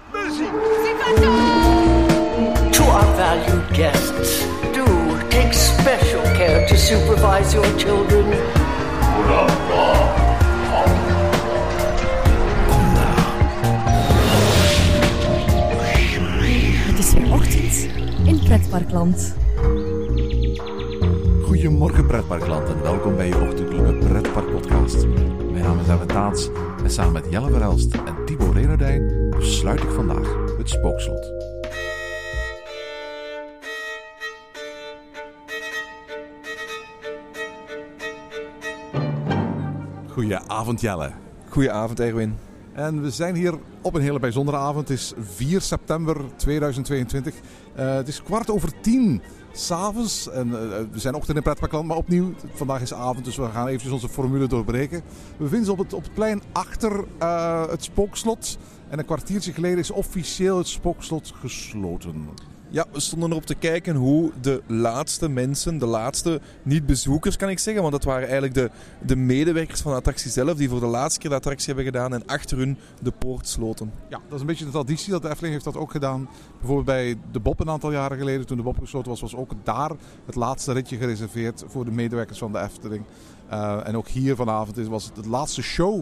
Muziek! To our valued guests, do take special care to supervise your children. Het is weer ochtend in Pretparkland. Goedemorgen Pretparkland en welkom bij je ochtendelijke Pretpark-podcast. Mijn naam is Erwin Taats en samen met Jelle Verhelst en Thibaut Renardijn besluit ik vandaag het Spookslot. Goedenavond Jelle. Goedenavond Erwin. En we zijn hier op een hele bijzondere avond. Het is 4 september 2022. Het is 10:15 s'avonds. En we zijn ochtend in Pretparkland, maar opnieuw, vandaag is avond, dus we gaan eventjes onze formule doorbreken. We bevinden ons op het plein achter het Spookslot. En een kwartiertje geleden is officieel het Spookslot gesloten. Ja, we stonden erop te kijken hoe de laatste mensen, de laatste niet-bezoekers kan ik zeggen, want dat waren eigenlijk de medewerkers van de attractie zelf die voor de laatste keer de attractie hebben gedaan en achter hun de poort sloten. Ja, dat is een beetje de traditie. Dat de Efteling heeft dat ook gedaan. Bijvoorbeeld bij de Bob een aantal jaren geleden, toen de Bob gesloten was, was ook daar het laatste ritje gereserveerd voor de medewerkers van de Efteling. En ook hier vanavond was het de laatste show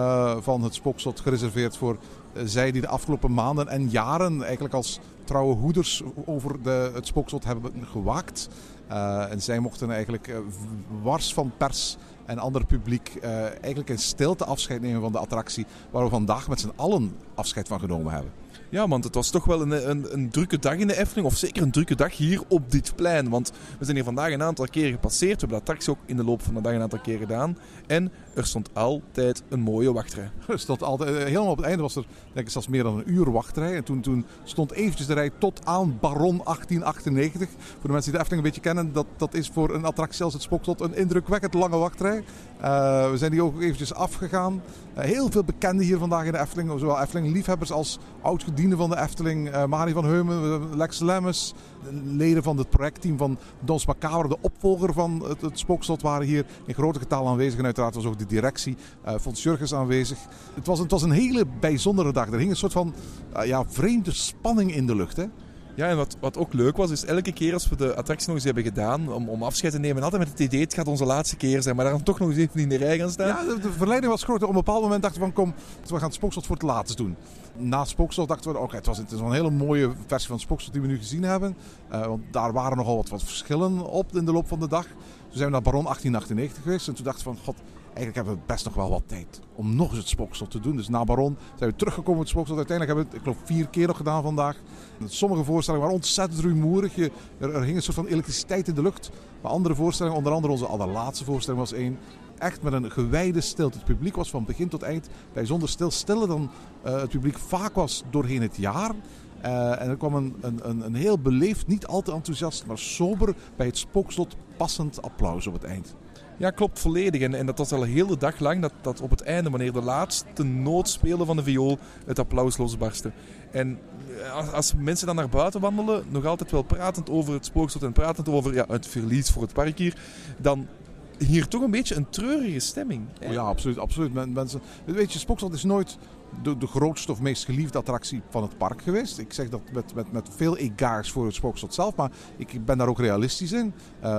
van het Spookslot gereserveerd voor zij die de afgelopen maanden en jaren eigenlijk als trouwe hoeders over het Spookslot hebben gewaakt. En zij mochten eigenlijk wars van pers en ander publiek eigenlijk in stilte afscheid nemen van de attractie waar we vandaag met z'n allen afscheid van genomen hebben. Ja, want het was toch wel een drukke dag in de Efteling, of zeker een drukke dag hier op dit plein. Want we zijn hier vandaag een aantal keren gepasseerd. We hebben de attractie ook in de loop van de dag een aantal keer gedaan. En er stond altijd een mooie wachtrij. Er stond altijd, helemaal op het einde was er denk ik zelfs meer dan een uur wachtrij. En toen stond eventjes de rij tot aan Baron 1898. Voor de mensen die de Efteling een beetje kennen, dat is voor een attractie als het Spookslot een indrukwekkend lange wachtrij. We zijn die ook eventjes afgegaan. Heel veel bekenden hier vandaag in de Efteling. Zowel Efteling-liefhebbers als oud-gedienden van de Efteling. Mari van Heumen, Lex Lemmens. Leden van het projectteam van Dons Macabre, de opvolger van het Spookslot, waren hier in grote getal aanwezig. En uiteraard was ook de directie, Fons Jurgens, aanwezig. Het was een hele bijzondere dag. Er hing een soort van vreemde spanning in de lucht, hè? Ja, en wat ook leuk was, is elke keer als we de attractie nog eens hebben gedaan om afscheid te nemen, altijd met het idee, het gaat onze laatste keer zijn, maar daar dan toch nog eens even in de rij gaan staan. Ja, de verleiding was groot. Op een bepaald moment dachten we van, kom, we gaan het Spookslot voor het laatst doen. Na het Spookslot dachten we, het is wel een hele mooie versie van het Spookslot die we nu gezien hebben. Want daar waren nogal wat verschillen op in de loop van de dag. Toen zijn we naar Baron 1898 geweest en toen dachten we van, eigenlijk hebben we best nog wel wat tijd om nog eens het Spookslot te doen. Dus na Baron zijn we teruggekomen op het Spookslot. Uiteindelijk hebben we het, ik geloof, 4 keer nog gedaan vandaag. Sommige voorstellingen waren ontzettend rumoerig. Er hing een soort van elektriciteit in de lucht. Maar andere voorstellingen, onder andere onze allerlaatste voorstelling, was één echt met een gewijde stilte. Het publiek was van begin tot eind bijzonder stil. Stiller dan het publiek vaak was doorheen het jaar. En er kwam een heel beleefd, niet al te enthousiast, maar sober bij het Spookslot passend applaus op het eind. Ja, klopt volledig. En dat was al een hele dag lang dat op het einde, wanneer de laatste noot speelde van de viool, het applaus losbarstte. En als mensen dan naar buiten wandelen, nog altijd wel pratend over het Spookslot en pratend over het verlies voor het park hier, dan hier toch een beetje een treurige stemming. Oh ja, absoluut. Mensen, weet je, Spookslot is nooit de grootste of meest geliefde attractie van het park geweest. Ik zeg dat met veel egaars voor het Spookslot zelf, maar ik ben daar ook realistisch in.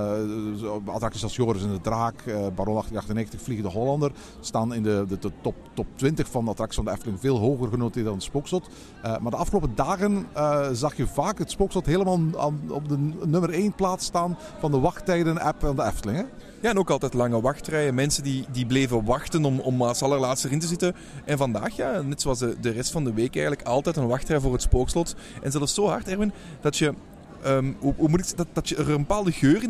Attracties als Joris en de Draak, Baron 1898, Vliegende Hollander staan in de top 20 van de attracties van de Efteling veel hoger genoteerd dan het Spookslot. Maar de afgelopen dagen zag je vaak het Spookslot helemaal op de nummer 1 plaats staan van de wachttijden-app van de Efteling. Hè? Ja, en ook altijd lange wachtrijen. Mensen die bleven wachten om als allerlaatste erin te zitten. En vandaag, net zoals de rest van de week eigenlijk, altijd een wachtrij voor het Spookslot. En zelfs zo hard, Erwin, dat je... hoe moet ik zeggen? Dat je er een bepaalde geur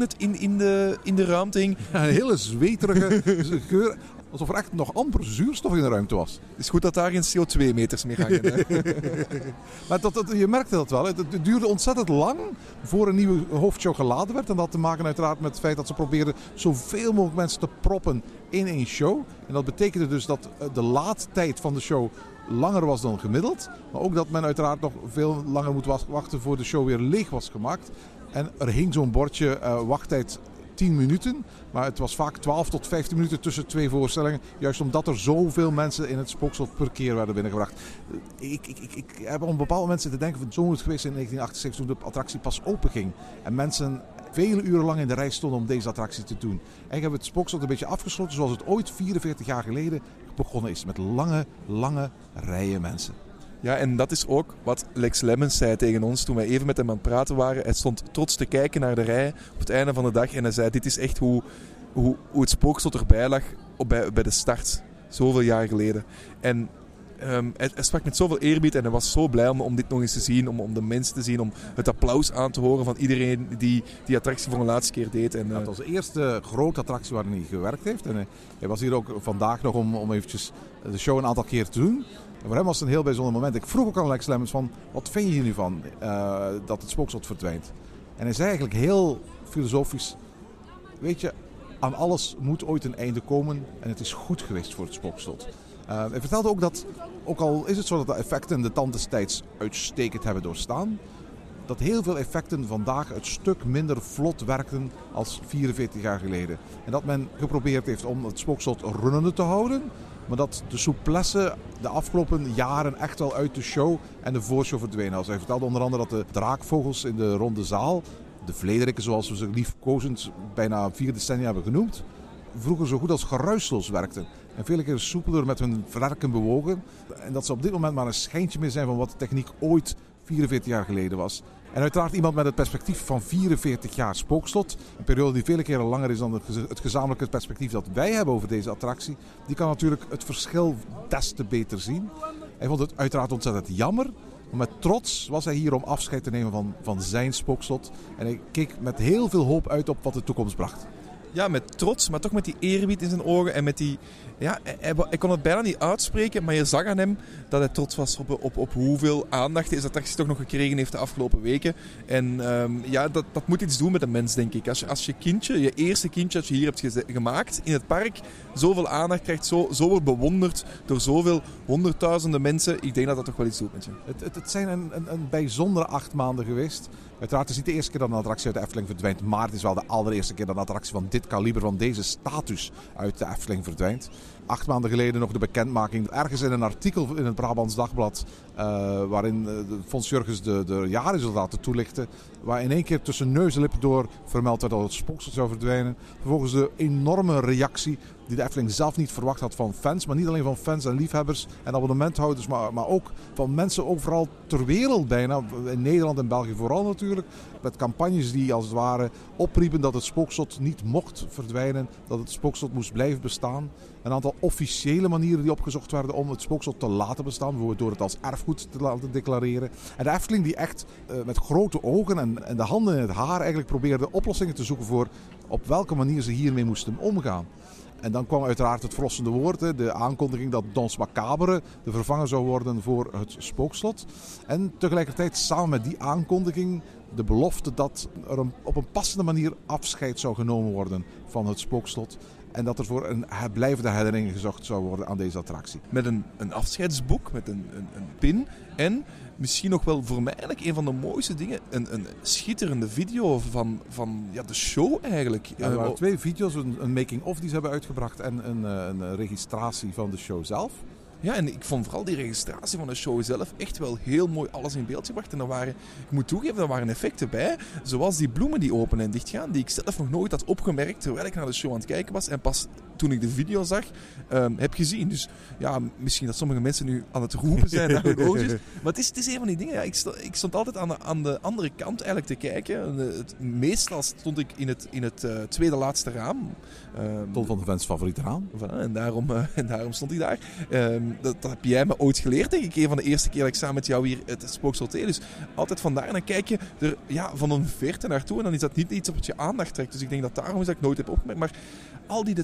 in de ruimte hing. Ja, een hele zweterige geur. Alsof er echt nog amper zuurstof in de ruimte was. Het is goed dat daar geen CO2-meters meer hangen. Maar je merkte dat wel. Het duurde ontzettend lang voor een nieuwe hoofdshow geladen werd. En dat had te maken uiteraard met het feit dat ze probeerden zoveel mogelijk mensen te proppen in één show. En dat betekende dus dat de laadtijd van de show langer was dan gemiddeld. Maar ook dat men uiteraard nog veel langer moet wachten voor de show weer leeg was gemaakt. En er hing zo'n bordje wachttijd 10 minuten. Maar het was vaak 12 tot 15 minuten tussen 2 voorstellingen. Juist omdat er zoveel mensen in het Spookslot per keer werden binnengebracht. Ik heb op een bepaald moment zitten denken van zo moet het geweest in 1978 toen de attractie pas open ging. En mensen vele uren lang in de rij stonden om deze attractie te doen. Eigenlijk hebben we het Spookslot een beetje afgesloten zoals het ooit 44 jaar geleden begonnen is. Met lange rijen mensen. Ja, en dat is ook wat Lex Lemmens zei tegen ons toen wij even met hem aan het praten waren. Hij stond trots te kijken naar de rij op het einde van de dag. En hij zei, dit is echt hoe het Spookslot erbij lag bij de start. Zoveel jaar geleden. En hij sprak met zoveel eerbied en hij was zo blij om dit nog eens te zien. Om de mensen te zien, om het applaus aan te horen van iedereen die attractie voor een laatste keer deed. En, het was de eerste grote attractie waarin hij gewerkt heeft. En hij was hier ook vandaag nog om eventjes de show een aantal keer te doen. En voor hem was het een heel bijzonder moment. Ik vroeg ook aan Lex Lemmens van, wat vind je hier nu van dat het Spookslot verdwijnt? En hij zei eigenlijk heel filosofisch, weet je, aan alles moet ooit een einde komen en het is goed geweest voor het Spookslot. Hij vertelde ook dat, ook al is het zo dat de effecten de tand destijds uitstekend hebben doorstaan, dat heel veel effecten vandaag het stuk minder vlot werkten als 44 jaar geleden. En dat men geprobeerd heeft om het Spookslot runnende te houden, maar dat de souplesse de afgelopen jaren echt wel uit de show en de voorshow verdwenen was. Hij vertelde onder andere dat de draakvogels in de ronde zaal, de vlederikken zoals we ze liefkozend bijna 4 decennia hebben genoemd, vroeger zo goed als geruisloos werkten. En vele keren soepeler met hun werken bewogen. En dat ze op dit moment maar een schijntje meer zijn van wat de techniek ooit 44 jaar geleden was. En uiteraard iemand met het perspectief van 44 jaar Spookslot. Een periode die vele keren langer is dan het gezamenlijke perspectief dat wij hebben over deze attractie. Die kan natuurlijk het verschil des te beter zien. Hij vond het uiteraard ontzettend jammer. Maar met trots was hij hier om afscheid te nemen van zijn Spookslot. En hij keek met heel veel hoop uit op wat de toekomst bracht. Ja, met trots, maar toch met die eerbied in zijn ogen en met die... Ja, hij kon het bijna niet uitspreken, maar je zag aan hem dat hij trots was op hoeveel aandacht deze attractie toch nog gekregen heeft de afgelopen weken. En dat moet iets doen met een mens, denk ik. Als je kindje, je eerste kindje dat je hier hebt gemaakt in het park, zoveel aandacht krijgt, zo wordt bewonderd door zoveel honderdduizenden mensen. Ik denk dat dat toch wel iets doet met je. Het zijn een bijzondere 8 maanden geweest. Uiteraard is het niet de eerste keer dat een attractie uit de Efteling verdwijnt, maar het is wel de allereerste keer dat een attractie van dit kaliber, van deze status uit de Efteling verdwijnt. 8 maanden geleden nog de bekendmaking, ergens in een artikel in het Brabants Dagblad, waarin Fons Jurgens de jaarresultaten toelichtte, waar in één keer tussen neus en lippen door vermeld werd dat het Spookslot zou verdwijnen. Vervolgens de enorme reactie die de Efteling zelf niet verwacht had van fans, maar niet alleen van fans en liefhebbers en abonnementhouders, maar ook van mensen overal ter wereld bijna, in Nederland en België vooral natuurlijk, met campagnes die als het ware opriepen dat het Spookslot niet mocht verdwijnen, dat het Spookslot moest blijven bestaan. Een aantal officiële manieren die opgezocht werden om het Spookslot te laten bestaan, bijvoorbeeld door het als erfgoed te laten declareren. En de Efteling die echt met grote ogen en de handen in het haar eigenlijk probeerde oplossingen te zoeken voor op welke manier ze hiermee moesten omgaan. En dan kwam uiteraard het verlossende woord, de aankondiging dat Danse Macabre de vervanger zou worden voor het Spookslot. En tegelijkertijd samen met die aankondiging de belofte dat er op een passende manier afscheid zou genomen worden van het Spookslot. En dat er voor een blijvende herinnering gezocht zou worden aan deze attractie. Met een afscheidsboek, met een pin en misschien nog wel voor mij eigenlijk een van de mooiste dingen, een schitterende video van de show eigenlijk. Ja, er waren 2 video's, een making-of die ze hebben uitgebracht en een registratie van de show zelf. Ja, en ik vond vooral die registratie van de show zelf echt wel heel mooi alles in beeld gebracht. En ik moet toegeven, er waren effecten bij, zoals die bloemen die open en dicht gaan, die ik zelf nog nooit had opgemerkt terwijl ik naar de show aan het kijken was. En pas toen ik de video zag, heb gezien. Dus ja, misschien dat sommige mensen nu aan het roepen zijn naar hun oortjes. Maar het is een van die dingen. Ja, ik stond altijd aan de andere kant eigenlijk te kijken. Meestal stond ik in het tweede laatste raam. Ton van de Vens favoriete raam. Voilà, en daarom stond ik daar. Dat heb jij me ooit geleerd, denk ik. Een van de eerste keer dat ik samen met jou hier het Spookslot deed. Dus altijd vandaar. En dan kijk je er van een verte naartoe. En dan is dat niet iets op wat je aandacht trekt. Dus ik denk dat daarom is dat ik nooit heb opgemerkt. Maar al die details die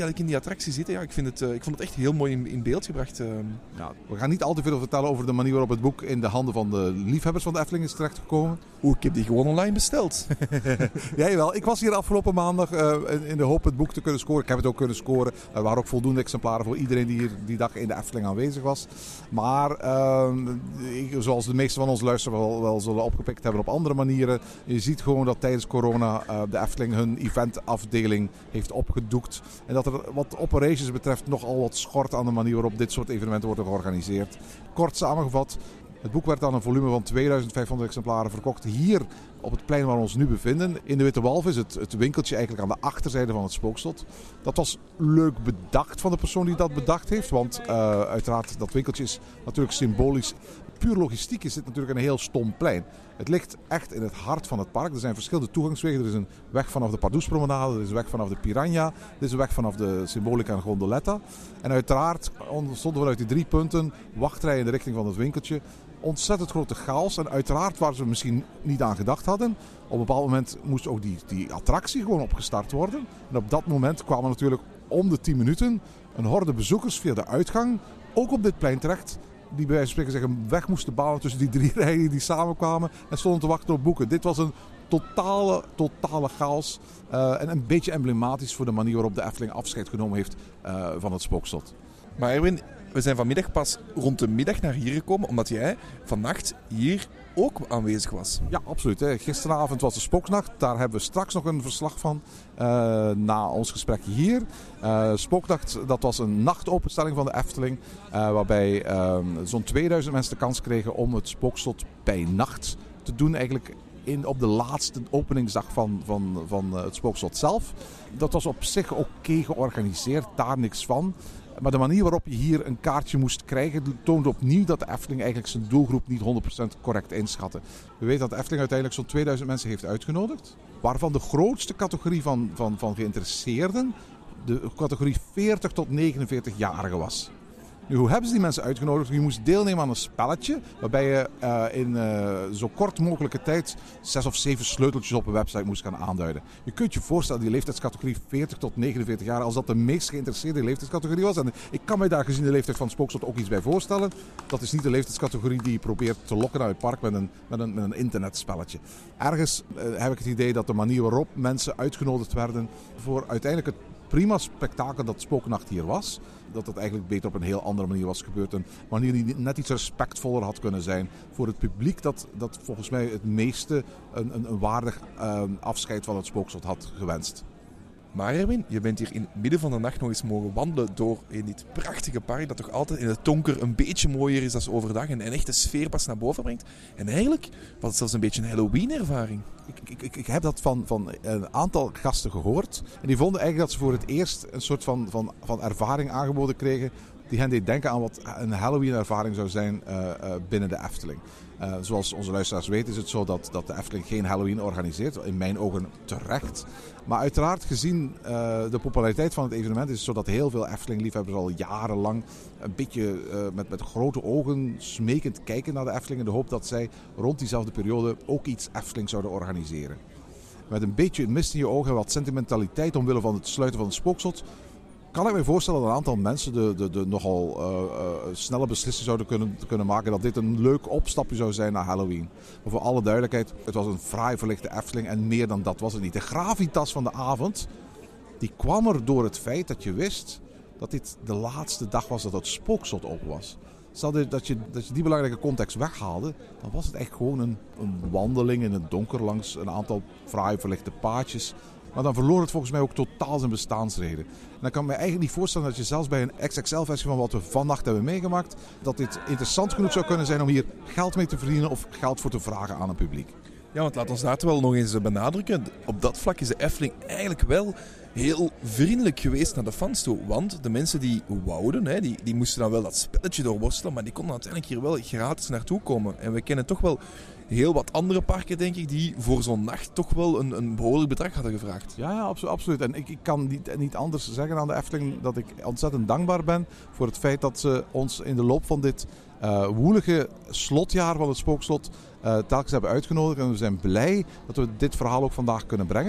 eigenlijk in die attractie zitten. Ja, ik vond het echt heel mooi in beeld gebracht. Ja, we gaan niet al te veel vertellen over de manier waarop het boek in de handen van de liefhebbers van de Efteling is terechtgekomen. Ik heb die gewoon online besteld. Ja, jawel. Ik was hier afgelopen maandag in de hoop het boek te kunnen scoren. Ik heb het ook kunnen scoren. Er waren ook voldoende exemplaren voor iedereen die hier die dag in de Efteling aanwezig was. Maar zoals de meeste van ons luisteren wel zullen opgepikt hebben op andere manieren. Je ziet gewoon dat tijdens corona de Efteling hun eventafdeling heeft opgedoekt. En dat er wat operations betreft nogal wat schort aan de manier waarop dit soort evenementen worden georganiseerd. Kort samengevat. Het boek werd aan een volume van 2500 exemplaren verkocht hier op het plein waar we ons nu bevinden. In de Witte Walvis, het winkeltje eigenlijk aan de achterzijde van het Spookslot. Dat was leuk bedacht van de persoon die dat bedacht heeft. Want uiteraard, dat winkeltje is natuurlijk symbolisch. Puur logistiek is dit natuurlijk een heel stom plein. Het ligt echt in het hart van het park. Er zijn verschillende toegangswegen. Er is een weg vanaf de Pardoespromenade, er is een weg vanaf de Piranha, er is een weg vanaf de Symbolica en Gondoletta. En uiteraard stonden vanuit die 3 punten wachtrijen in de richting van het winkeltje. Ontzettend grote chaos en uiteraard waar ze misschien niet aan gedacht hadden. Op een bepaald moment moest ook die attractie gewoon opgestart worden. En op dat moment kwamen natuurlijk om de 10 minuten een horde bezoekers via de uitgang ook op dit plein terecht. Die bij wijze van spreken zeggen weg moesten balen tussen die 3 rijen die samenkwamen en stonden te wachten op boeken. Dit was een totale chaos en een beetje emblematisch voor de manier waarop de Efteling afscheid genomen heeft van het Spookslot. Maar Erwin, we zijn vanmiddag pas rond de middag naar hier gekomen, omdat jij vannacht hier ook aanwezig was. Ja, absoluut. Gisteravond was de Spooknacht. Daar hebben we straks nog een verslag van na ons gesprek hier. Spooknacht, dat was een nachtopenstelling van de Efteling. Waarbij zo'n 2000 mensen de kans kregen om het Spookslot bij nacht te doen. Eigenlijk op de laatste openingsdag van het Spookslot zelf. Dat was op zich oké georganiseerd, daar niks van. Maar de manier waarop je hier een kaartje moest krijgen toonde opnieuw dat de Efteling eigenlijk zijn doelgroep niet 100% correct inschatte. We weten dat de Efteling uiteindelijk zo'n 2000 mensen heeft uitgenodigd. Waarvan de grootste categorie van geïnteresseerden de categorie 40 tot 49-jarigen was. Nu, hoe hebben ze die mensen uitgenodigd? Je moest deelnemen aan een spelletje waarbij je in zo kort mogelijke tijd 6 of 7 sleuteltjes op een website moest gaan aanduiden. Je kunt je voorstellen, die leeftijdscategorie 40 tot 49 jaar, als dat de meest geïnteresseerde leeftijdscategorie was. En ik kan mij daar gezien de leeftijd van het Spookslot ook iets bij voorstellen. Dat is niet de leeftijdscategorie die je probeert te lokken naar het park met een internetspelletje. Ergens heb ik het idee dat de manier waarop mensen uitgenodigd werden voor uiteindelijk het prima spektakel dat Spooknacht hier was, dat het eigenlijk beter op een heel andere manier was gebeurd. Een manier die net iets respectvoller had kunnen zijn voor het publiek dat volgens mij het meeste een waardig afscheid van het Spookslot had gewenst. Maar Erwin, je bent hier in het midden van de nacht nog eens mogen wandelen door in dit prachtige park dat toch altijd in het donker een beetje mooier is dan overdag en echt de sfeer pas naar boven brengt. En eigenlijk was het zelfs een beetje een Halloween-ervaring. Ik heb dat van een aantal gasten gehoord. En die vonden eigenlijk dat ze voor het eerst een soort van ervaring aangeboden kregen die hen deed denken aan wat een Halloween-ervaring zou zijn binnen de Efteling. Zoals onze luisteraars weten is het zo dat de Efteling geen Halloween organiseert. In mijn ogen terecht. Maar uiteraard gezien de populariteit van het evenement is het zo dat heel veel Efteling-liefhebbers al jarenlang een beetje met grote ogen smekend kijken naar de Efteling in de hoop dat zij rond diezelfde periode ook iets Efteling zouden organiseren. Met een beetje mist in je ogen en wat sentimentaliteit omwille van het sluiten van het Spookslot kan ik me voorstellen dat een aantal mensen de nogal snelle beslissing zouden kunnen maken dat dit een leuk opstapje zou zijn naar Halloween. Maar voor alle duidelijkheid, het was een fraai verlichte Efteling en meer dan dat was het niet. De gravitas van de avond, die kwam er door het feit dat je wist dat dit de laatste dag was dat het Spookslot open was. Stel dat je die belangrijke context weghaalde, dan was het echt gewoon een wandeling in het donker langs een aantal fraai verlichte paadjes. Maar dan verloor het volgens mij ook totaal zijn bestaansreden. En dan kan ik me eigenlijk niet voorstellen dat je zelfs bij een XXL-versie van wat we vannacht hebben meegemaakt, dat dit interessant genoeg zou kunnen zijn om hier geld mee te verdienen of geld voor te vragen aan het publiek. Ja, want laat ons daar wel nog eens benadrukken. Op dat vlak is de Efteling eigenlijk wel heel vriendelijk geweest naar de fans toe. Want de mensen die wouden, die moesten dan wel dat spelletje doorworstelen, maar die konden uiteindelijk hier wel gratis naartoe komen. En we kennen toch wel heel wat andere parken, denk ik, die voor zo'n nacht toch wel een behoorlijk bedrag hadden gevraagd. Ja, absoluut. En ik kan niet anders zeggen aan de Efteling dat ik ontzettend dankbaar ben voor het feit dat ze ons in de loop van dit woelige slotjaar van het Spookslot telkens hebben uitgenodigd. En we zijn blij dat we dit verhaal ook vandaag kunnen brengen.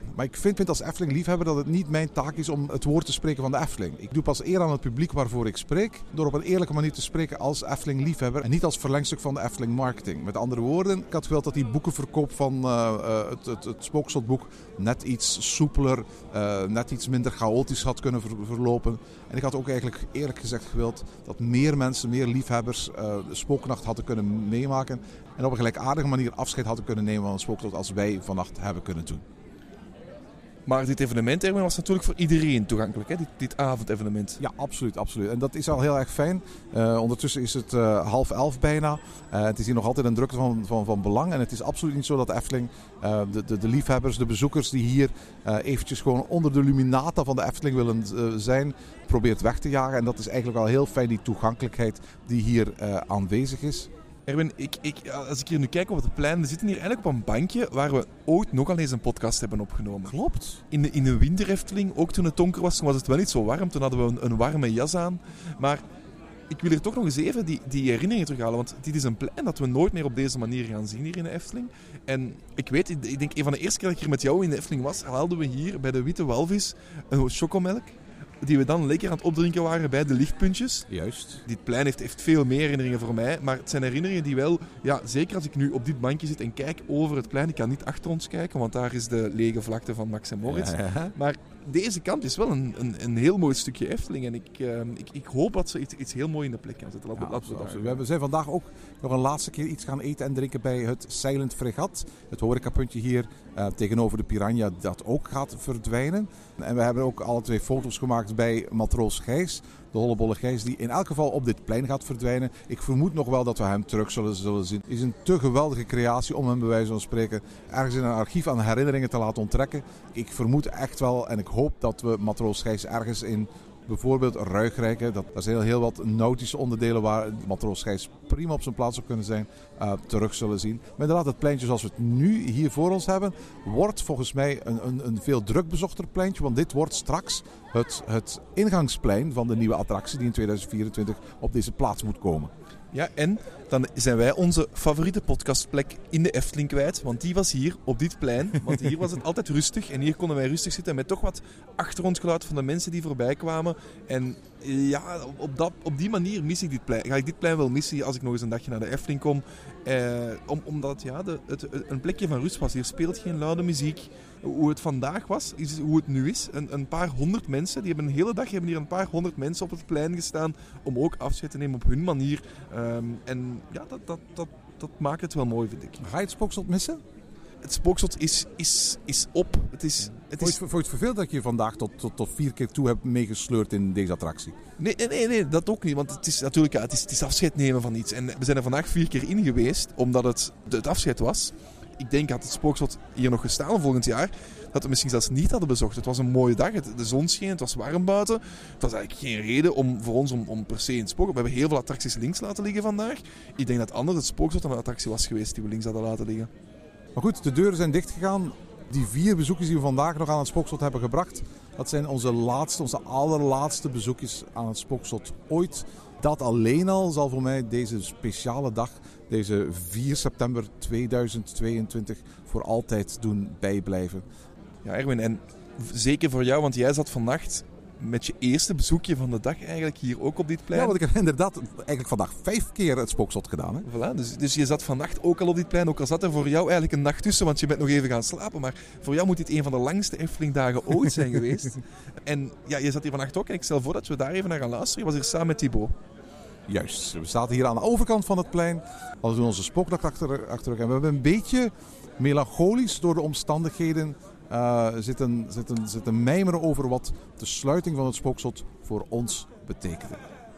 Maar ik vind als Efteling-liefhebber dat het niet mijn taak is om het woord te spreken van de Efteling. Ik doe pas eer aan het publiek waarvoor ik spreek, door op een eerlijke manier te spreken als Efteling-liefhebber en niet als verlengstuk van de Efteling-marketing. Met andere woorden, ik had gewild dat die boekenverkoop van het Spookslotboek net iets soepeler, net iets minder chaotisch had kunnen verlopen. En ik had ook eigenlijk eerlijk gezegd gewild dat meer mensen, meer liefhebbers de Spooknacht hadden kunnen meemaken en op een gelijkaardige manier afscheid hadden kunnen nemen van een spookslot als wij vannacht hebben kunnen doen. Maar dit evenement, Erwin, was natuurlijk voor iedereen toegankelijk, hè? Dit avondevenement. Ja, absoluut, absoluut. En dat is al heel erg fijn. Ondertussen is het 10:30 bijna. Het is hier nog altijd een drukte van belang. En het is absoluut niet zo dat Efteling, de liefhebbers, de bezoekers die hier eventjes gewoon onder de luminata van de Efteling willen zijn, probeert weg te jagen. En dat is eigenlijk al heel fijn, die toegankelijkheid die hier aanwezig is. Erwin, als ik hier nu kijk op het plein, we zitten hier eigenlijk op een bankje waar we ooit nogal eens een podcast hebben opgenomen. Klopt. In de winter Efteling, ook toen het donker was, toen was het wel niet zo warm. Toen hadden we een warme jas aan. Maar ik wil er toch nog eens even die herinneringen terughalen. Want dit is een plein dat we nooit meer op deze manier gaan zien hier in de Efteling. En ik denk een van de eerste keer dat ik hier met jou in de Efteling was, haalden we hier bij de Witte Walvis een chocomelk. Die we dan lekker aan het opdrinken waren bij de lichtpuntjes. Juist. Dit plein heeft veel meer herinneringen voor mij. Maar het zijn herinneringen die wel... Ja, zeker als ik nu op dit bankje zit en kijk over het plein. Ik kan niet achter ons kijken, want daar is de lege vlakte van Max en Moritz. Ja. Maar deze kant is wel een heel mooi stukje Efteling. En ik hoop dat ze iets heel mooi in de plek gaan zetten. We zijn vandaag ook nog een laatste keer iets gaan eten en drinken bij het Silent Fregat. Het horecapuntje hier tegenover de Piranha dat ook gaat verdwijnen. En we hebben ook alle 2 foto's gemaakt bij Matroos Gijs. De hollebolle Gijs die in elk geval op dit plein gaat verdwijnen. Ik vermoed nog wel dat we hem terug zullen zien. Het is een te geweldige creatie om hem bij wijze van spreken ergens in een archief aan herinneringen te laten onttrekken. Ik vermoed echt wel en ik hoop dat we Matroos Gijs ergens in bijvoorbeeld Ruigrijke, dat zijn heel wat nautische onderdelen waar Matroos Gijs prima op zijn plaats zou kunnen zijn, terug zullen zien. Maar inderdaad, het pleintje zoals we het nu hier voor ons hebben, wordt volgens mij een veel druk bezochter pleintje, want dit wordt straks het ingangsplein van de nieuwe attractie die in 2024 op deze plaats moet komen. Ja, en dan zijn wij onze favoriete podcastplek in de Efteling kwijt. Want die was hier, op dit plein. Want hier was het altijd rustig. En hier konden wij rustig zitten met toch wat achtergrondgeluid van de mensen die voorbij kwamen. En ja, op die manier mis ik dit plein. Ga ik dit plein wel missen als ik nog eens een dagje naar de Efteling kom. Omdat het een plekje van rust was. Hier speelt geen luide muziek. Hoe het vandaag was, is hoe het nu is. Een paar honderd mensen, die hebben een hele dag hier een paar honderd mensen op het plein gestaan om ook afscheid te nemen op hun manier. En ja, dat maakt het wel mooi, vind ik. Ga je het Spookslot missen? Het Spookslot is op. Vond je het vervelend dat je vandaag tot 4 keer toe hebt meegesleurd in deze attractie? Nee, dat ook niet. Want het is natuurlijk het is afscheid nemen van iets. En we zijn er vandaag 4 keer in geweest, omdat het afscheid was. Ik denk dat het Spookslot hier nog gestaan volgend jaar, dat we misschien zelfs niet hadden bezocht. Het was een mooie dag, de zon scheen, het was warm buiten. Het was eigenlijk geen reden voor ons om per se in het Spookslot. We hebben heel veel attracties links laten liggen vandaag. Ik denk dat anders het Spookslot een attractie was geweest die we links hadden laten liggen. Maar goed, de deuren zijn dichtgegaan. Die 4 bezoekjes die we vandaag nog aan het Spookslot hebben gebracht, dat zijn onze allerlaatste bezoekjes aan het Spookslot ooit. Dat alleen al zal voor mij deze speciale dag, deze 4 september 2022, voor altijd doen bijblijven. Ja, Erwin, en zeker voor jou, want jij zat vannacht met je eerste bezoekje van de dag eigenlijk hier ook op dit plein. Ja, want ik heb inderdaad eigenlijk vandaag 5 keer het Spookslot gedaan. Hè? Voilà, dus je zat vannacht ook al op dit plein, ook al zat er voor jou eigenlijk een nacht tussen, want je bent nog even gaan slapen. Maar voor jou moet dit een van de langste Efteling-dagen ooit zijn geweest. En ja, je zat hier vannacht ook en ik stel voor dat we daar even naar gaan luisteren. Je was hier samen met Thibaut. Juist, we zaten hier aan de overkant van het plein. We doen onze spooknacht achter en we hebben een beetje melancholisch door de omstandigheden zitten mijmeren over wat de sluiting van het Spookslot voor ons betekende.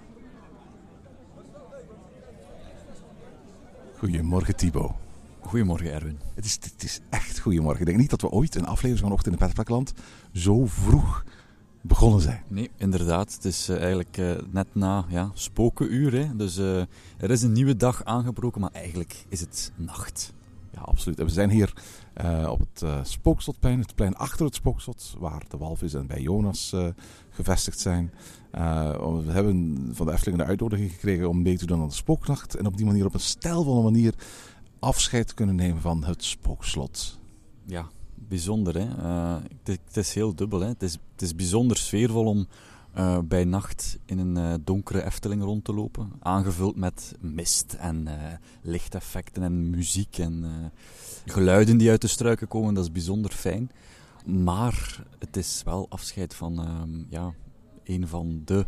Goedemorgen Thibaut. Goedemorgen Erwin. Het is echt goedemorgen. Ik denk niet dat we ooit een aflevering van Ochtend in het Pretparkland zo vroeg begonnen zijn. Nee, inderdaad. Het is eigenlijk net na spokenuur. Hè. Dus er is een nieuwe dag aangebroken, maar eigenlijk is het nacht. Ja, absoluut. En we zijn hier op het Spookslotplein, het plein achter het Spookslot, waar de Walvis en bij Jonas gevestigd zijn. We hebben van de Efteling de uitnodiging gekregen om mee te doen aan de Spooknacht en op die manier, op een stijlvolle manier, afscheid te kunnen nemen van het Spookslot. Ja, bijzonder. Hè? Het is heel dubbel. Hè? Het is bijzonder sfeervol om bij nacht in een donkere Efteling rond te lopen. Aangevuld met mist en lichteffecten en muziek en geluiden die uit de struiken komen. Dat is bijzonder fijn. Maar het is wel afscheid van een van de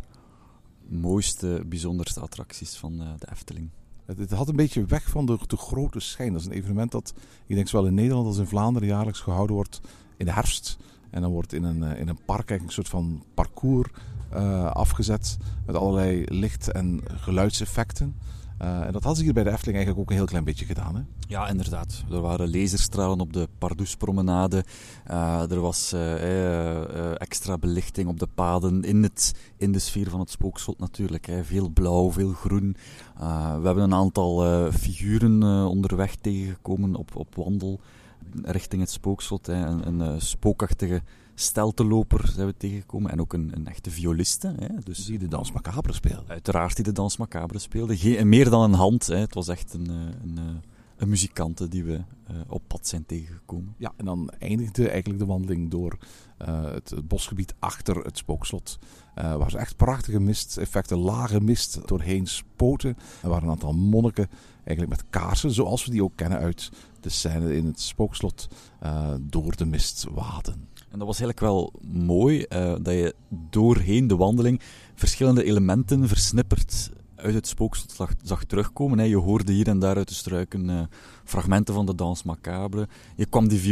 mooiste, bijzonderste attracties van de Efteling. Het had een beetje weg van de grote schijn. Dat is een evenement dat, ik denk zowel in Nederland als in Vlaanderen, jaarlijks gehouden wordt in de herfst. En dan wordt in een park eigenlijk een soort van parcours afgezet met allerlei licht- en geluidseffecten. En dat hadden ze hier bij de Efteling eigenlijk ook een heel klein beetje gedaan. Hè? Ja, inderdaad. Er waren laserstralen op de Pardoespromenade. Er was extra belichting op de paden in de sfeer van het spookslot natuurlijk. Hè. Veel blauw, veel groen. We hebben een aantal figuren onderweg tegengekomen op wandel richting het spookslot. Hè. Een spookachtige stelteloper zijn we tegengekomen. En ook een echte violiste. Hè. Dus die de Dans Macabre speelde. Uiteraard die de Dans Macabre speelde. Meer dan een hand. Hè. Het was echt een muzikante die we op pad zijn tegengekomen. Ja, en dan eindigde eigenlijk de wandeling door het bosgebied achter het spookslot. Waar ze echt prachtige misteffecten, lage mist doorheen spoten. Er waren een aantal monniken eigenlijk met kaarsen, zoals we die ook kennen uit de scène in het spookslot, door de mist waden. En dat was eigenlijk wel mooi, dat je doorheen de wandeling verschillende elementen versnipperd uit het spookslot zag terugkomen. Hè. Je hoorde hier en daar uit de struiken fragmenten van de Dans Macabre. Je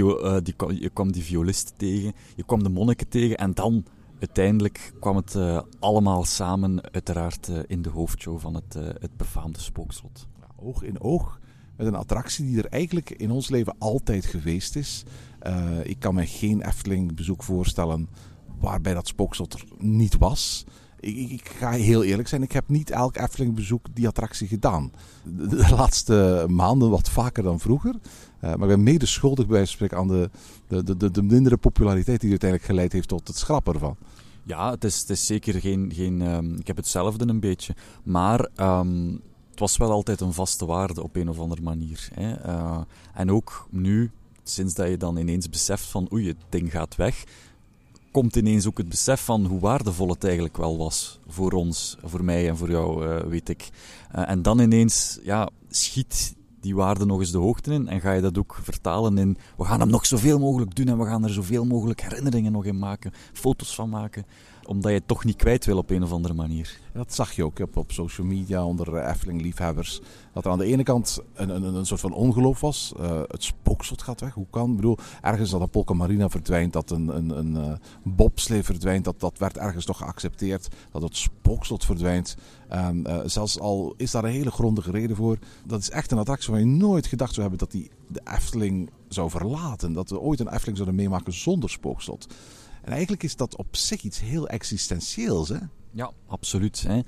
kwam die violist tegen, je kwam de monniken tegen en dan uiteindelijk kwam het allemaal samen, uiteraard in de hoofdshow van het befaamde spookslot. Oog in oog met een attractie die er eigenlijk in ons leven altijd geweest is. Ik kan me geen Efteling-bezoek voorstellen waarbij dat spookslot er niet was. Ik ga heel eerlijk zijn, ik heb niet elk Efteling-bezoek die attractie gedaan. De laatste maanden wat vaker dan vroeger. Maar ik ben mede schuldig bij wijze van spreken aan de mindere populariteit die uiteindelijk geleid heeft tot het schrappen ervan. Ja, het is zeker geen ik heb hetzelfde een beetje. Maar het was wel altijd een vaste waarde op een of andere manier. Hè. En ook nu, sinds dat je dan ineens beseft van oei, het ding gaat weg, komt ineens ook het besef van hoe waardevol het eigenlijk wel was voor ons, voor mij en voor jou, weet ik. En dan ineens schiet die waarde nog eens de hoogte in en ga je dat ook vertalen in we gaan hem nog zoveel mogelijk doen en we gaan er zoveel mogelijk herinneringen nog in maken, foto's van maken, omdat je het toch niet kwijt wil op een of andere manier. En dat zag je ook op social media onder Efteling-liefhebbers. Dat er aan de ene kant een soort van ongeloof was. Het spookslot gaat weg. Hoe kan? Ik bedoel, ergens dat een Polka Marina verdwijnt, dat een bobslee verdwijnt, dat werd ergens toch geaccepteerd. Dat het spookslot verdwijnt. Zelfs al is daar een hele grondige reden voor. Dat is echt een attractie waar je nooit gedacht zou hebben dat die de Efteling zou verlaten. Dat we ooit een Efteling zouden meemaken zonder spookslot. En eigenlijk is dat op zich iets heel existentieels, hè? Ja, absoluut. Hè.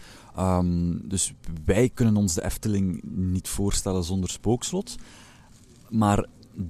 Dus wij kunnen ons de Efteling niet voorstellen zonder spookslot. Maar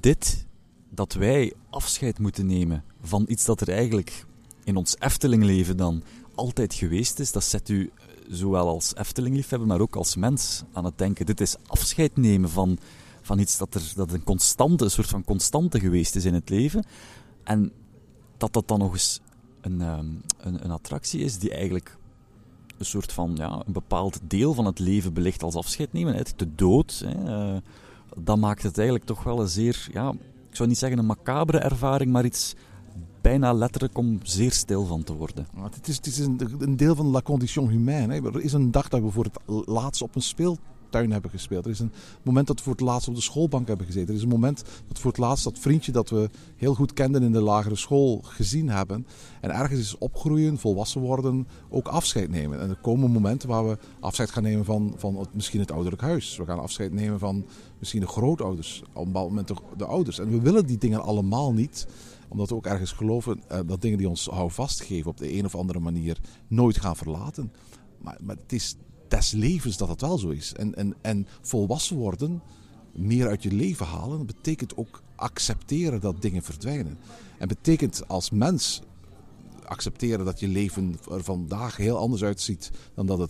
dat wij afscheid moeten nemen van iets dat er eigenlijk in ons Eftelingleven dan altijd geweest is, dat zet u zowel als Eftelingliefhebber, maar ook als mens aan het denken. Dit is afscheid nemen van iets dat een soort van constante geweest is in het leven. En dat dan nog eens een attractie is die eigenlijk een soort van een bepaald deel van het leven belicht als afscheid nemen. Hè. De dood, hè. Dat maakt het eigenlijk toch wel een zeer, ik zou niet zeggen een macabere ervaring, maar iets bijna letterlijk om zeer stil van te worden. Het is een deel van la condition humaine. Hè. Er is een dag dat we voor het laatst op een speeltuin hebben gespeeld. Er is een moment dat we voor het laatst op de schoolbank hebben gezeten. Er is een moment dat voor het laatst dat vriendje dat we heel goed kenden in de lagere school gezien hebben. En ergens is opgroeien, volwassen worden, ook afscheid nemen. En er komen momenten waar we afscheid gaan nemen van misschien het ouderlijk huis. We gaan afscheid nemen van misschien de grootouders. Op een bepaald moment de ouders. En we willen die dingen allemaal niet, omdat we ook ergens geloven dat dingen die ons houvast geven op de een of andere manier nooit gaan verlaten. Maar het is des levens dat het wel zo is. En volwassen worden, meer uit je leven halen, betekent ook accepteren dat dingen verdwijnen. En betekent als mens accepteren dat je leven er vandaag heel anders uitziet dan dat het er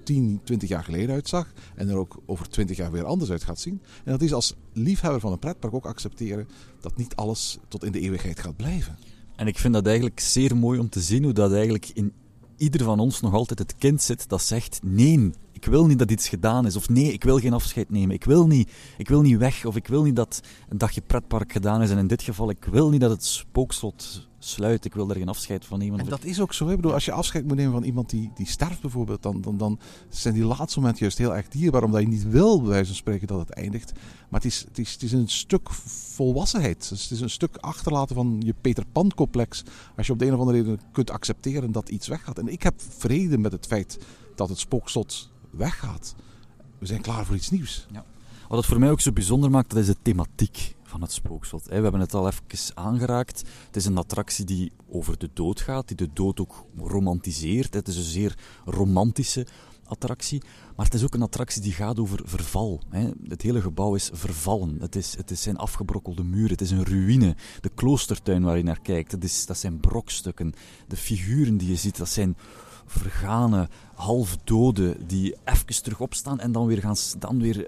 10, 20 jaar geleden uitzag. En er ook over 20 jaar weer anders uit gaat zien. En dat is als liefhebber van een pretpark ook accepteren dat niet alles tot in de eeuwigheid gaat blijven. En ik vind dat eigenlijk zeer mooi om te zien hoe dat eigenlijk in ieder van ons nog altijd het kind zit dat zegt: nee, ik wil niet dat iets gedaan is. Of nee, ik wil geen afscheid nemen. Ik wil niet weg. Of ik wil niet dat een dagje pretpark gedaan is. En in dit geval, ik wil niet dat het spookslot sluit. Ik wil daar geen afscheid van nemen. En dat is ook zo. Ik bedoel, als je afscheid moet nemen van iemand die sterft bijvoorbeeld, dan zijn die laatste momenten juist heel erg dierbaar. Omdat je niet wil, bij wijze van spreken, dat het eindigt. Maar het is een stuk volwassenheid. Dus het is een stuk achterlaten van je Peter Pan-complex. Als je op de een of andere reden kunt accepteren dat iets weggaat. En ik heb vrede met het feit dat het spookslot weggaat. We zijn klaar voor iets nieuws. Ja. Wat het voor mij ook zo bijzonder maakt, dat is de thematiek van het spookslot. We hebben het al even aangeraakt. Het is een attractie die over de dood gaat, die de dood ook romantiseert. Het is een zeer romantische attractie. Maar het is ook een attractie die gaat over verval. Het hele gebouw is vervallen. Het zijn afgebrokkelde muren. Het is een ruïne. De kloostertuin waar je naar kijkt, dat zijn brokstukken. De figuren die je ziet, dat zijn vergane, halfdoden die even terug opstaan en dan weer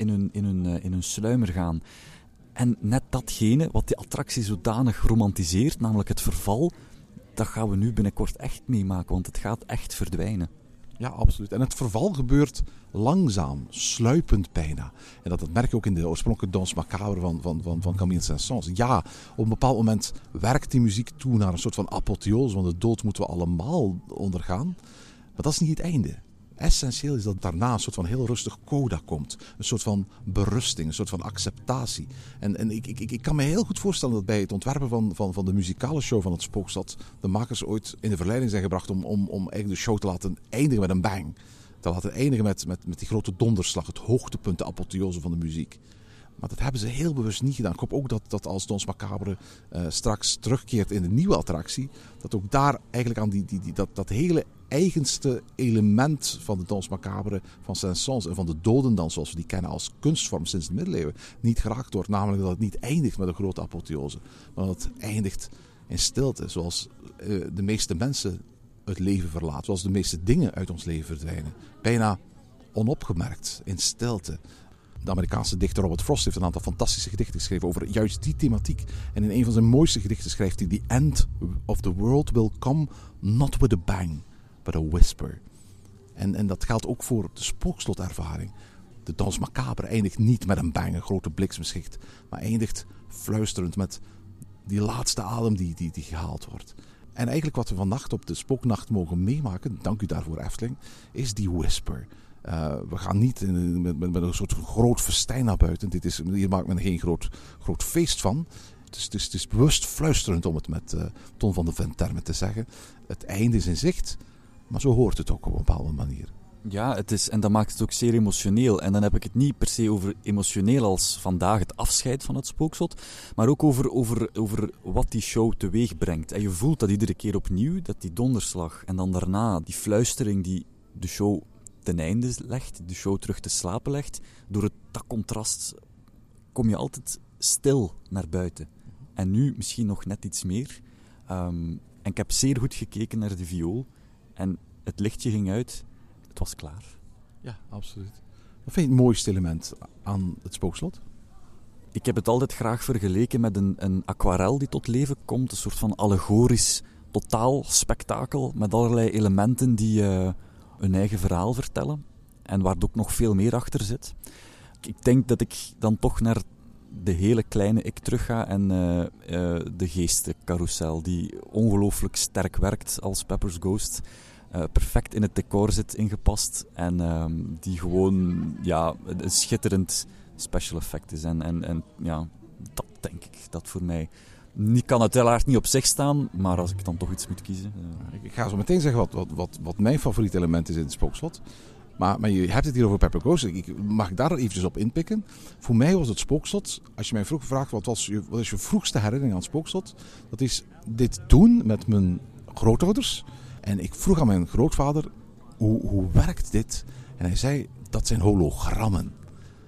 in hun sluimer gaan. En net datgene wat die attractie zodanig romantiseert, namelijk het verval, dat gaan we nu binnenkort echt meemaken, want het gaat echt verdwijnen. Ja, absoluut. En het verval gebeurt langzaam, sluipend bijna. En dat merk je ook in de oorspronkelijke Danse Macabre van Camille Saint-Saëns. Ja, op een bepaald moment werkt die muziek toe naar een soort van apotheose, want de dood moeten we allemaal ondergaan. Maar dat is niet het einde. Essentieel is dat daarna een soort van heel rustig coda komt. Een soort van berusting, een soort van acceptatie. En ik kan me heel goed voorstellen dat bij het ontwerpen van de muzikale show van het Spookslot de makers ooit in de verleiding zijn gebracht om eigenlijk de show te laten eindigen met een bang. Te laten eindigen met die grote donderslag, het hoogtepunt, de apotheose van de muziek. Maar dat hebben ze heel bewust niet gedaan. Ik hoop ook dat als Danse Macabre straks terugkeert in de nieuwe attractie, dat ook daar eigenlijk aan dat hele eigenste element van de Danse Macabre van Saint-Saëns en van de dodendans zoals we die kennen als kunstvorm sinds de middeleeuwen niet geraakt wordt. Namelijk dat het niet eindigt met een grote apotheose, maar dat het eindigt in stilte, zoals de meeste mensen het leven verlaten, zoals de meeste dingen uit ons leven verdwijnen. Bijna onopgemerkt, in stilte. De Amerikaanse dichter Robert Frost heeft een aantal fantastische gedichten geschreven over juist die thematiek. En in een van zijn mooiste gedichten schrijft hij: The end of the world will come not with a bang, but a whisper. En dat geldt ook voor de spookslotervaring. De Danse Macabre eindigt niet met een bang, een grote bliksemschicht, maar eindigt fluisterend met die laatste adem die gehaald wordt. En eigenlijk wat we vannacht op de spooknacht mogen meemaken, dank u daarvoor Efteling, is die whisper. We gaan niet met een soort groot festijn naar buiten. Hier maakt men geen groot feest van. Het is bewust fluisterend om het met Ton van de Ven-termen te zeggen. Het einde is in zicht, maar zo hoort het ook op een bepaalde manier. Ja, en dat maakt het ook zeer emotioneel. En dan heb ik het niet per se over emotioneel als vandaag het afscheid van het spookslot, maar ook over wat die show teweeg brengt. En je voelt dat iedere keer opnieuw, dat die donderslag en dan daarna die fluistering die de show ten einde legt, de show terug te slapen legt. Door dat contrast kom je altijd stil naar buiten. En nu misschien nog net iets meer. En ik heb zeer goed gekeken naar de viool. En het lichtje ging uit. Het was klaar. Ja, absoluut. Wat vind je het mooiste element aan het spookslot? Ik heb het altijd graag vergeleken met een aquarel die tot leven komt. Een soort van allegorisch totaal spektakel met allerlei elementen die hun eigen verhaal vertellen. En waar ook nog veel meer achter zit. Ik denk dat ik dan toch naar de hele kleine ik terug ga en de geestencarousel, die ongelooflijk sterk werkt als Pepper's Ghost. Perfect in het decor zit ingepast en die gewoon een schitterend special effect is. En ja, dat denk ik dat voor mij. Die kan uiteraard niet op zich staan, maar als ik dan toch iets moet kiezen. Ik ga zo meteen zeggen wat mijn favoriete element is in het spookslot. Maar je hebt het hier over Pepper's Ghost. Mag ik daar eventjes op inpikken? Voor mij was het spookslot, als je mij vroeg vraagt wat is je vroegste herinnering aan het spookslot, dat is dit doen met mijn grootouders. En ik vroeg aan mijn grootvader, hoe werkt dit? En hij zei, dat zijn hologrammen.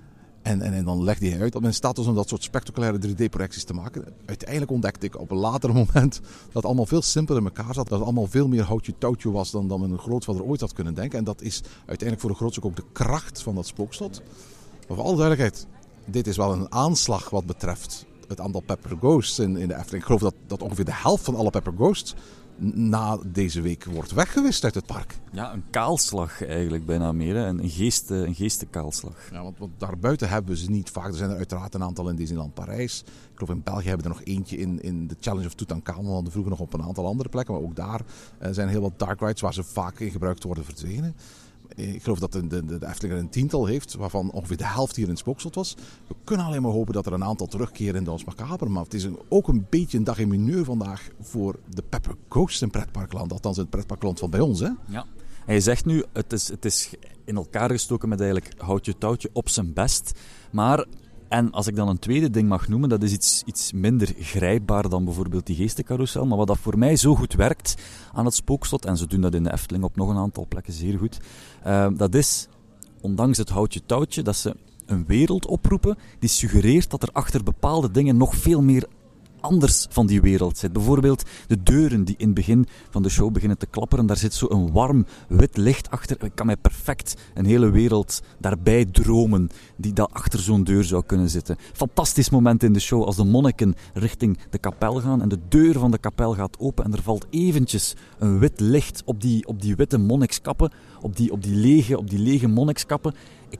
En dan legde hij uit dat men in staat was om dat soort spectaculaire 3D-projecties te maken. Uiteindelijk ontdekte ik op een later moment dat het allemaal veel simpeler in elkaar zat. Dat het allemaal veel meer houtje-touwtje was dan mijn grootvader ooit had kunnen denken. En dat is uiteindelijk voor een groot stuk ook de kracht van dat spookslot. Maar voor alle duidelijkheid, dit is wel een aanslag wat betreft het aantal Pepper Ghosts in de Efteling. Ik geloof dat ongeveer de helft van alle Pepper Ghosts na deze week wordt weggewist uit het park. Ja, een kaalslag eigenlijk bijna meer. Hè? Een geestenkaalslag. Ja, want daarbuiten hebben we ze niet vaak. Er zijn er uiteraard een aantal in Disneyland Parijs. Ik geloof in België hebben we er nog eentje in de Challenge of Tutankhamon. We hadden vroeger nog op een aantal andere plekken. Maar ook daar zijn heel wat dark rides waar ze vaak in gebruikt worden verdwenen. Ik geloof dat de Efteling er een 10-tal heeft, waarvan ongeveer de helft hier in het spookslot was. We kunnen alleen maar hopen dat er een aantal terugkeren in Dons Macabre. Maar het is ook een beetje een dag in mineur vandaag voor de Pepper Ghosts in pretparkland. Althans in het pretparkland van bij ons. Hè? Ja. En je zegt nu, het is in elkaar gestoken met eigenlijk houtje-touwtje op zijn best. Maar, en als ik dan een tweede ding mag noemen, dat is iets minder grijpbaar dan bijvoorbeeld die geestencarousel. Maar wat dat voor mij zo goed werkt aan het spookslot, en ze doen dat in de Efteling op nog een aantal plekken zeer goed, dat is, ondanks het houtje-touwtje, dat ze een wereld oproepen die suggereert dat er achter bepaalde dingen nog veel meer anders van die wereld zit. Bijvoorbeeld de deuren die in het begin van de show beginnen te klapperen. Daar zit zo een warm wit licht achter. Ik kan mij perfect een hele wereld daarbij dromen die daar achter zo'n deur zou kunnen zitten. Fantastisch moment in de show als de monniken richting de kapel gaan en de deur van de kapel gaat open en er valt eventjes een wit licht op die witte monnikskappen, op die lege monnikskappen.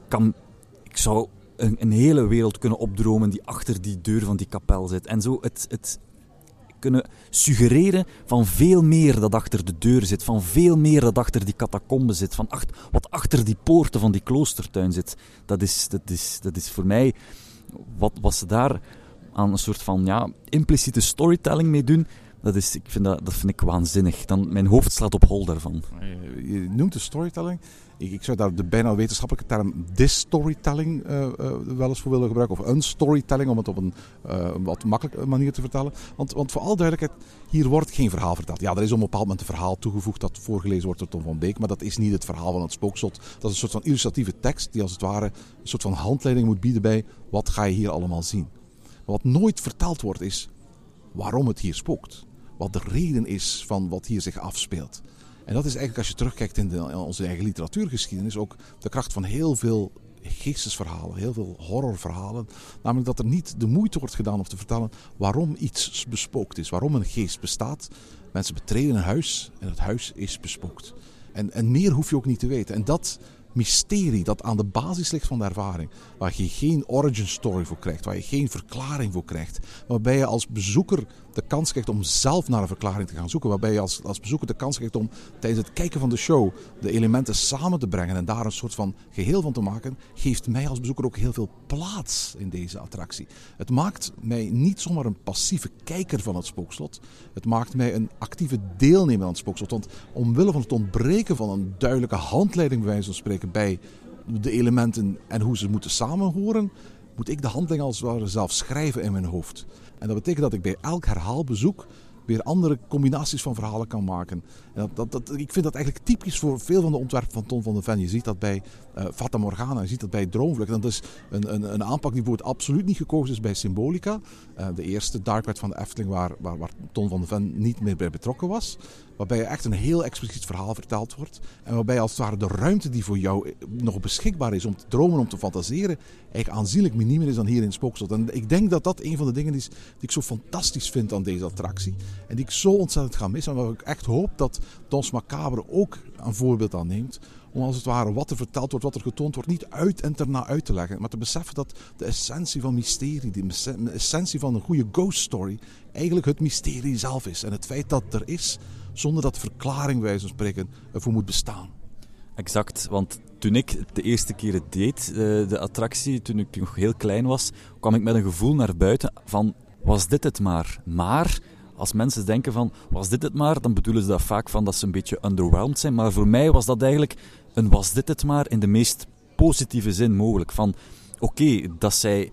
Ik zou een hele wereld kunnen opdromen die achter die deur van die kapel zit. En zo het kunnen suggereren van veel meer dat achter de deur zit, van veel meer dat achter die catacombe zit, van wat achter die poorten van die kloostertuin zit. Dat is voor mij wat ze daar aan een soort van impliciete storytelling mee doen. Dat vind ik waanzinnig. Mijn hoofd slaat op hol daarvan. Je noemt de storytelling. Ik zou daar de bijna wetenschappelijke term dis-storytelling wel eens voor willen gebruiken. Of een storytelling, om het op een wat makkelijke manier te vertellen. Want voor alle duidelijkheid, hier wordt geen verhaal verteld. Ja, er is op een bepaald moment een verhaal toegevoegd dat voorgelezen wordt door Tom van Beek. Maar dat is niet het verhaal van het spookslot. Dat is een soort van illustratieve tekst die als het ware een soort van handleiding moet bieden bij wat ga je hier allemaal zien. Maar wat nooit verteld wordt is waarom het hier spookt. Wat de reden is van wat hier zich afspeelt. En dat is eigenlijk, als je terugkijkt in onze eigen literatuurgeschiedenis, ook de kracht van heel veel geestesverhalen, heel veel horrorverhalen. Namelijk dat er niet de moeite wordt gedaan om te vertellen waarom iets bespookt is, waarom een geest bestaat. Mensen betreden een huis en het huis is bespookt. En meer hoef je ook niet te weten. En dat mysterie dat aan de basis ligt van de ervaring, waar je geen origin story voor krijgt, waar je geen verklaring voor krijgt, waarbij je als bezoeker de kans krijgt om zelf naar een verklaring te gaan zoeken, waarbij je als bezoeker de kans krijgt om tijdens het kijken van de show de elementen samen te brengen en daar een soort van geheel van te maken, geeft mij als bezoeker ook heel veel plaats in deze attractie. Het maakt mij niet zomaar een passieve kijker van het spookslot, het maakt mij een actieve deelnemer aan het spookslot, want omwille van het ontbreken van een duidelijke handleiding bij wijze van spreken bij de elementen en hoe ze moeten samenhoren, moet ik de handeling als het ware zelf schrijven in mijn hoofd. En dat betekent dat ik bij elk herhaalbezoek weer andere combinaties van verhalen kan maken. En ik vind dat eigenlijk typisch voor veel van de ontwerpen van Ton van de Ven. Je ziet dat bij Fata Morgana, je ziet dat bij Droomvlucht. En dat is een aanpak die bijvoorbeeld absoluut niet gekozen is bij Symbolica. De eerste dark ride van de Efteling waar Ton van de Ven niet meer bij betrokken was. Waarbij je echt een heel expliciet verhaal verteld wordt. En waarbij als het ware de ruimte die voor jou nog beschikbaar is om te dromen, om te fantaseren, eigenlijk aanzienlijk minimer is dan hier in Spookslot. En ik denk dat dat een van de dingen is die ik zo fantastisch vind aan deze attractie. En die ik zo ontzettend ga missen. En waar ik echt hoop dat Dons Macabre ook een voorbeeld aan neemt. Om als het ware wat er verteld wordt, wat er getoond wordt, niet uit en erna uit te leggen. Maar te beseffen dat de essentie van mysterie, de essentie van een goede ghost story, eigenlijk het mysterie zelf is. En het feit dat het er is, zonder dat de verklaring bij wijze van spreken ervoor moet bestaan. Exact, want toen ik de eerste keer het deed, de attractie, toen ik nog heel klein was, kwam ik met een gevoel naar buiten van, was dit het maar? Maar als mensen denken van, was dit het maar, dan bedoelen ze dat vaak van dat ze een beetje underwhelmed zijn. Maar voor mij was dat eigenlijk een was dit het maar in de meest positieve zin mogelijk. Van, oké, dat zij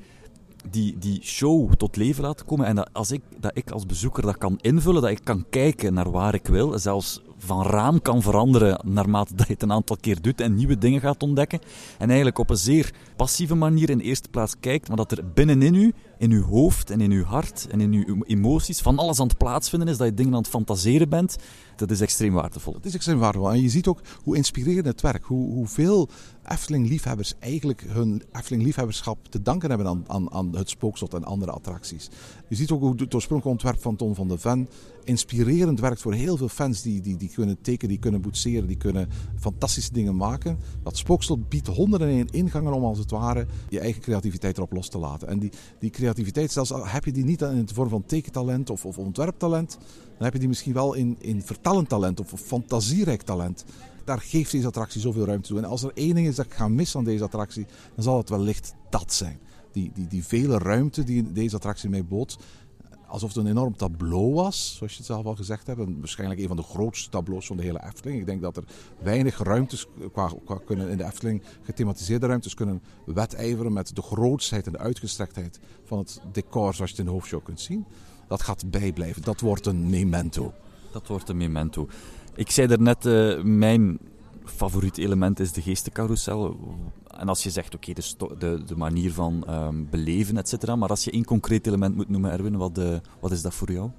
die show tot leven laten komen en dat ik als bezoeker dat kan invullen, dat ik kan kijken naar waar ik wil, zelfs van raam kan veranderen naarmate dat je het een aantal keer doet en nieuwe dingen gaat ontdekken. En eigenlijk op een zeer passieve manier in de eerste plaats kijkt, maar dat er binnenin u, in uw hoofd en in uw hart en in uw emoties van alles aan het plaatsvinden is, dat je dingen aan het fantaseren bent. Dat is extreem waardevol. Het is extreem waardevol. En je ziet ook hoe inspirerend het werk, hoeveel Efteling-liefhebbers eigenlijk hun Efteling-liefhebberschap te danken hebben aan het Spookslot en andere attracties. Je ziet ook hoe het oorspronkelijke ontwerp van Ton van de Ven inspirerend werkt voor heel veel fans die kunnen tekenen, die kunnen boetseren, die kunnen fantastische dingen maken. Dat Spookslot biedt 101 ingangen om als het ware je eigen creativiteit erop los te laten. En die creativiteit, zelfs al heb je die niet in de vorm van tekentalent of ontwerptalent, dan heb je die misschien wel in vertellend talent of fantasierijk talent. Daar geeft deze attractie zoveel ruimte toe. En als er één ding is dat ik ga missen aan deze attractie, dan zal het wellicht dat zijn. Die vele ruimte die deze attractie mij bood. Alsof het een enorm tableau was, zoals je het zelf al gezegd hebt. En waarschijnlijk een van de grootste tableaus van de hele Efteling. Ik denk dat er weinig ruimtes qua kunnen in de Efteling, gethematiseerde ruimtes, kunnen wedijveren met de grootsheid en de uitgestrektheid van het decor zoals je het in de hoofdshow kunt zien. Dat gaat bijblijven. Dat wordt een memento. Dat wordt een memento. Ik zei daarnet, mijn favoriet element is de geestencarousel. En als je zegt, oké, de manier van beleven, et cetera. Maar als je één concreet element moet noemen, Erwin, wat is dat voor jou?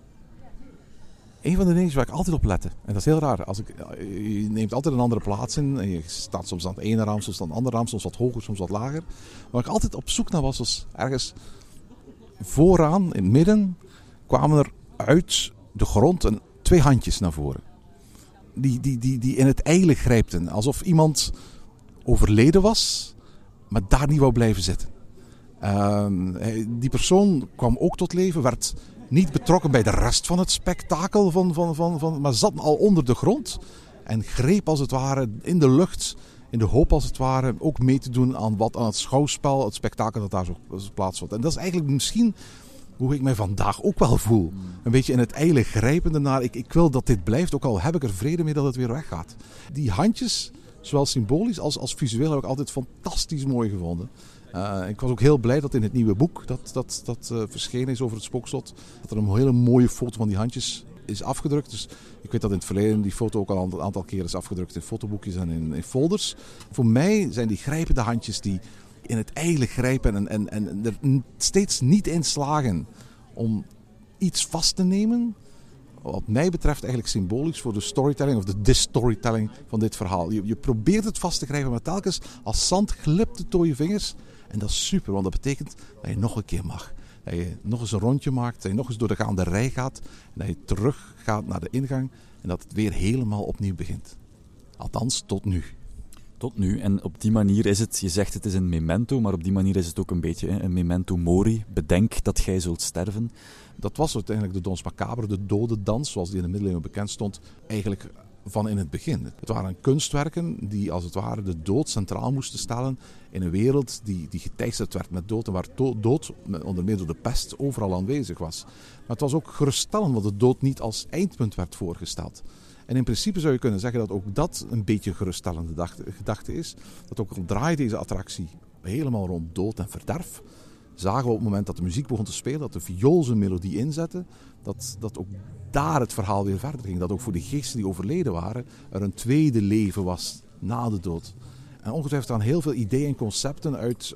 Een van de dingen waar ik altijd op lette, en dat is heel raar, je neemt altijd een andere plaats in, en je staat soms aan het ene raam, soms aan het andere raam, soms wat hoger, soms wat lager. Waar ik altijd op zoek naar was ergens vooraan, in het midden, kwamen er uit de grond twee handjes naar voren. Die in het ijle grijpten, alsof iemand overleden was, maar daar niet wou blijven zitten. Die persoon kwam ook tot leven, werd niet betrokken bij de rest van het spektakel, maar zat al onder de grond en greep als het ware in de lucht, in de hoop als het ware ook mee te doen aan het schouwspel, het spektakel dat daar zo plaatsvond. En dat is eigenlijk misschien hoe ik mij vandaag ook wel voel. Een beetje in het ijle grijpende naar, ik wil dat dit blijft, ook al heb ik er vrede mee dat het weer weggaat. Die handjes, zowel symbolisch als visueel, heb ik altijd fantastisch mooi gevonden. Ik was ook heel blij dat in het nieuwe boek dat verschenen is over het Spookslot, dat er een hele mooie foto van die handjes is afgedrukt. Dus ik weet dat in het verleden die foto ook al een aantal keer is afgedrukt in fotoboekjes en in folders. Voor mij zijn die grijpende handjes die in het ijle grijpen en er steeds niet in slagen om iets vast te nemen. Wat mij betreft eigenlijk symbolisch voor de storytelling of de disstorytelling van dit verhaal. Je probeert het vast te grijpen, maar telkens als zand glipt het door je vingers. En dat is super, want dat betekent dat je nog een keer mag. Dat je nog eens een rondje maakt, dat je nog eens door de gaanderij gaat. En dat je terug gaat naar de ingang en dat het weer helemaal opnieuw begint. Althans, tot nu. Tot nu. En op die manier is het, je zegt het is een memento, maar op die manier is het ook een beetje een memento mori. Bedenk dat gij zult sterven. Dat was uiteindelijk de Dons Macabre, de dodendans, zoals die in de middeleeuwen bekend stond, eigenlijk van in het begin. Het waren kunstwerken die als het ware de dood centraal moesten stellen in een wereld die geteisterd werd met dood en waar dood, onder meer door de pest, overal aanwezig was. Maar het was ook geruststellend, want de dood niet als eindpunt werd voorgesteld. En in principe zou je kunnen zeggen dat ook dat een beetje geruststellende gedachte is. Dat ook al draait deze attractie helemaal rond dood en verderf, zagen we op het moment dat de muziek begon te spelen, dat de viool zijn melodie inzette, dat ook daar het verhaal weer verder ging. Dat ook voor de geesten die overleden waren, er een tweede leven was na de dood. En ongetwijfeld aan heel veel ideeën en concepten uit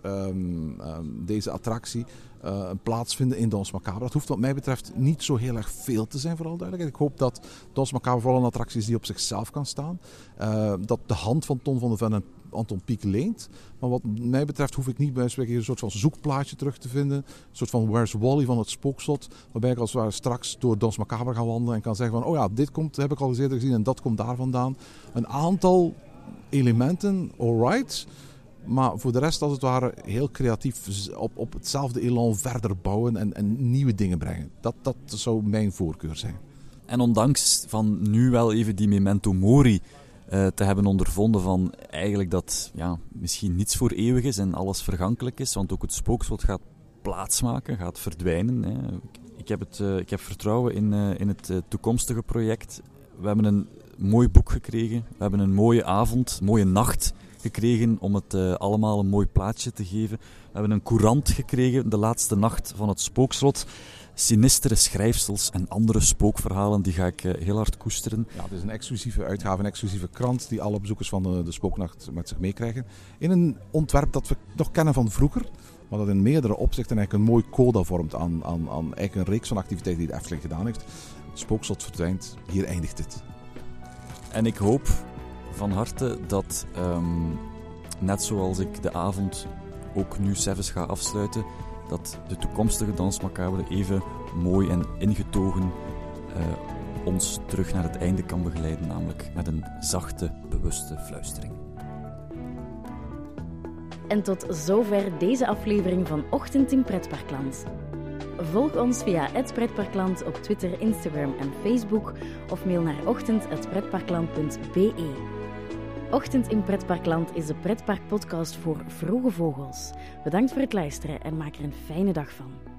deze attractie plaatsvinden in Dons Macabre. Dat hoeft wat mij betreft niet zo heel erg veel te zijn, vooral duidelijk. Ik hoop dat Dons Macabre vooral een attractie is die op zichzelf kan staan. Dat de hand van Ton van de Ven en Anton Pieck leent. Maar wat mij betreft hoef ik niet bij spreken een soort van zoekplaatje terug te vinden. Een soort van Where's Wally van het Spookslot. Waarbij ik als het ware straks door Dons Macabre ga wandelen en kan zeggen van, oh ja, dit heb ik al eens eerder gezien en dat komt daar vandaan. Een aantal elementen, alright. Maar voor de rest, als het ware, heel creatief op hetzelfde elan verder bouwen en nieuwe dingen brengen. Dat zou mijn voorkeur zijn. En ondanks van nu wel even die memento mori te hebben ondervonden van eigenlijk dat misschien niets voor eeuwig is en alles vergankelijk is, want ook het Spookslot gaat plaatsmaken, gaat verdwijnen. Hè. Ik heb vertrouwen in het toekomstige project. We hebben een mooi boek gekregen, we hebben een mooie avond, een mooie nacht gekregen om het allemaal een mooi plaatje te geven. We hebben een courant gekregen, de laatste nacht van het Spookslot. sinistere schrijfsels en andere spookverhalen, die ga ik heel hard koesteren. Ja, het is een exclusieve uitgave, een exclusieve krant die alle bezoekers van de Spooknacht met zich meekrijgen. In een ontwerp dat we nog kennen van vroeger, maar dat in meerdere opzichten eigenlijk een mooi coda vormt aan eigenlijk een reeks van activiteiten die de Efteling gedaan heeft. Het Spookslot verdwijnt, hier eindigt het. En ik hoop van harte dat, net zoals ik de avond ook nu 'sevens ga afsluiten, dat de toekomstige Danse Macabre even mooi en ingetogen ons terug naar het einde kan begeleiden, namelijk met een zachte, bewuste fluistering. En tot zover deze aflevering van Ochtend in Pretparkland. Volg ons via @pretparkland op Twitter, Instagram en Facebook of mail naar ochtend@pretparkland.be. Ochtend in Pretparkland is de pretparkpodcast voor vroege vogels. Bedankt voor het luisteren en maak er een fijne dag van.